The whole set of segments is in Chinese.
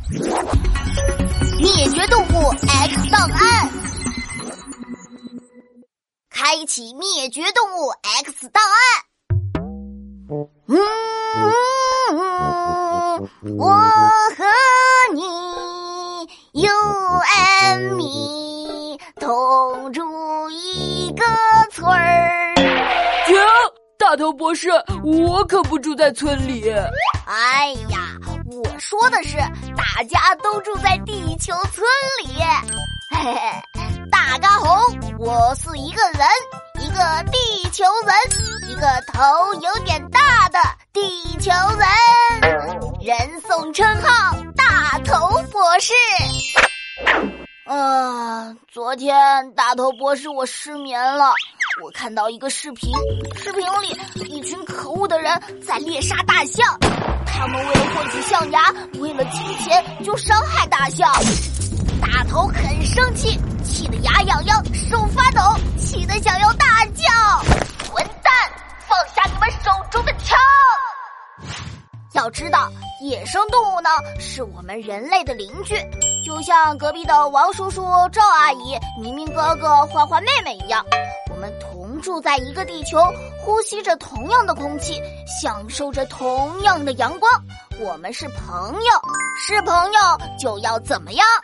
灭绝动物 X 档案，开启灭绝动物 X 档案。我和你 You and me 同住一个村儿。 停！大头博士，我可不住在村里。 哎呀，我说的是大家都住在地球村里。嘿嘿，大家好，我是一个人，一个地球人，一个头有点大的地球人，人送称号大头博士。昨天大头博士我失眠了，我看到一个视频里一群可恶的人在猎杀大象，他们为了获取象牙，为了金钱就伤害大象。大头很生气，气得牙痒痒，手发抖，气得想要大叫：混蛋，放下你们手中的枪！要知道，野生动物呢是我们人类的邻居，就像隔壁的王叔叔、赵阿姨、明明哥哥、花花妹妹一样，我们同住在一个地球，呼吸着同样的空气，享受着同样的阳光。我们是朋友，是朋友就要怎么样？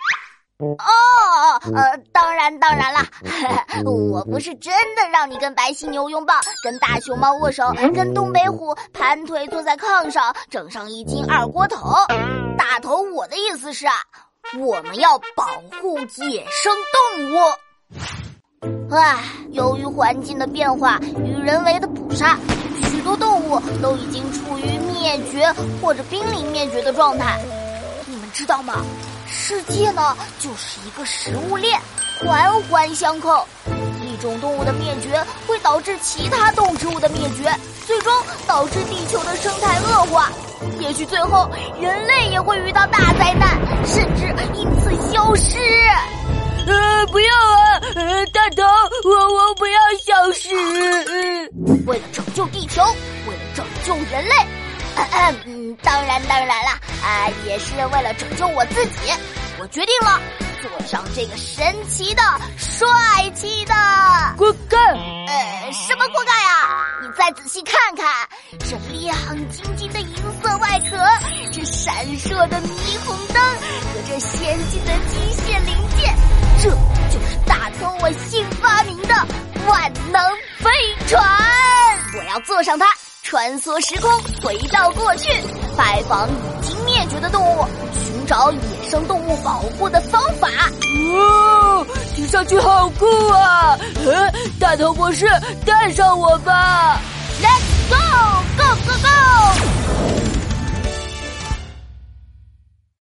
当然啦，我不是真的让你跟白犀牛拥抱，跟大熊猫握手，跟东北虎盘腿坐在炕上，整上一斤二锅头。大头，我的意思是我们要保护野生动物。由于环境的变化与人为的捕杀，许多动物都已经处于灭绝或者濒临灭绝的状态。你们知道吗？世界呢，就是一个食物链，环环相扣。一种动物的灭绝会导致其他动植物的灭绝，最终导致地球的生态恶化。也许最后人类也会遇到大灾难，甚至因此消失。 不要啊！大头，我不要消失。 为了拯救地球，为了拯救人类。当然啦，也是为了拯救我自己。我决定了，坐上这个神奇的、帅气的锅盖。 什么锅盖啊？你再仔细看看，这亮晶晶的银色外壳，这闪烁的霓虹灯和这先进的机械零件，这就是大头我新发明的万能飞船。我要坐上它，穿梭时空，回到过去，拜访已经灭绝的动物，寻找野生动物保护的方法。 听上去好酷啊！大头博士，带上我吧 ！Let's go！ Go go go！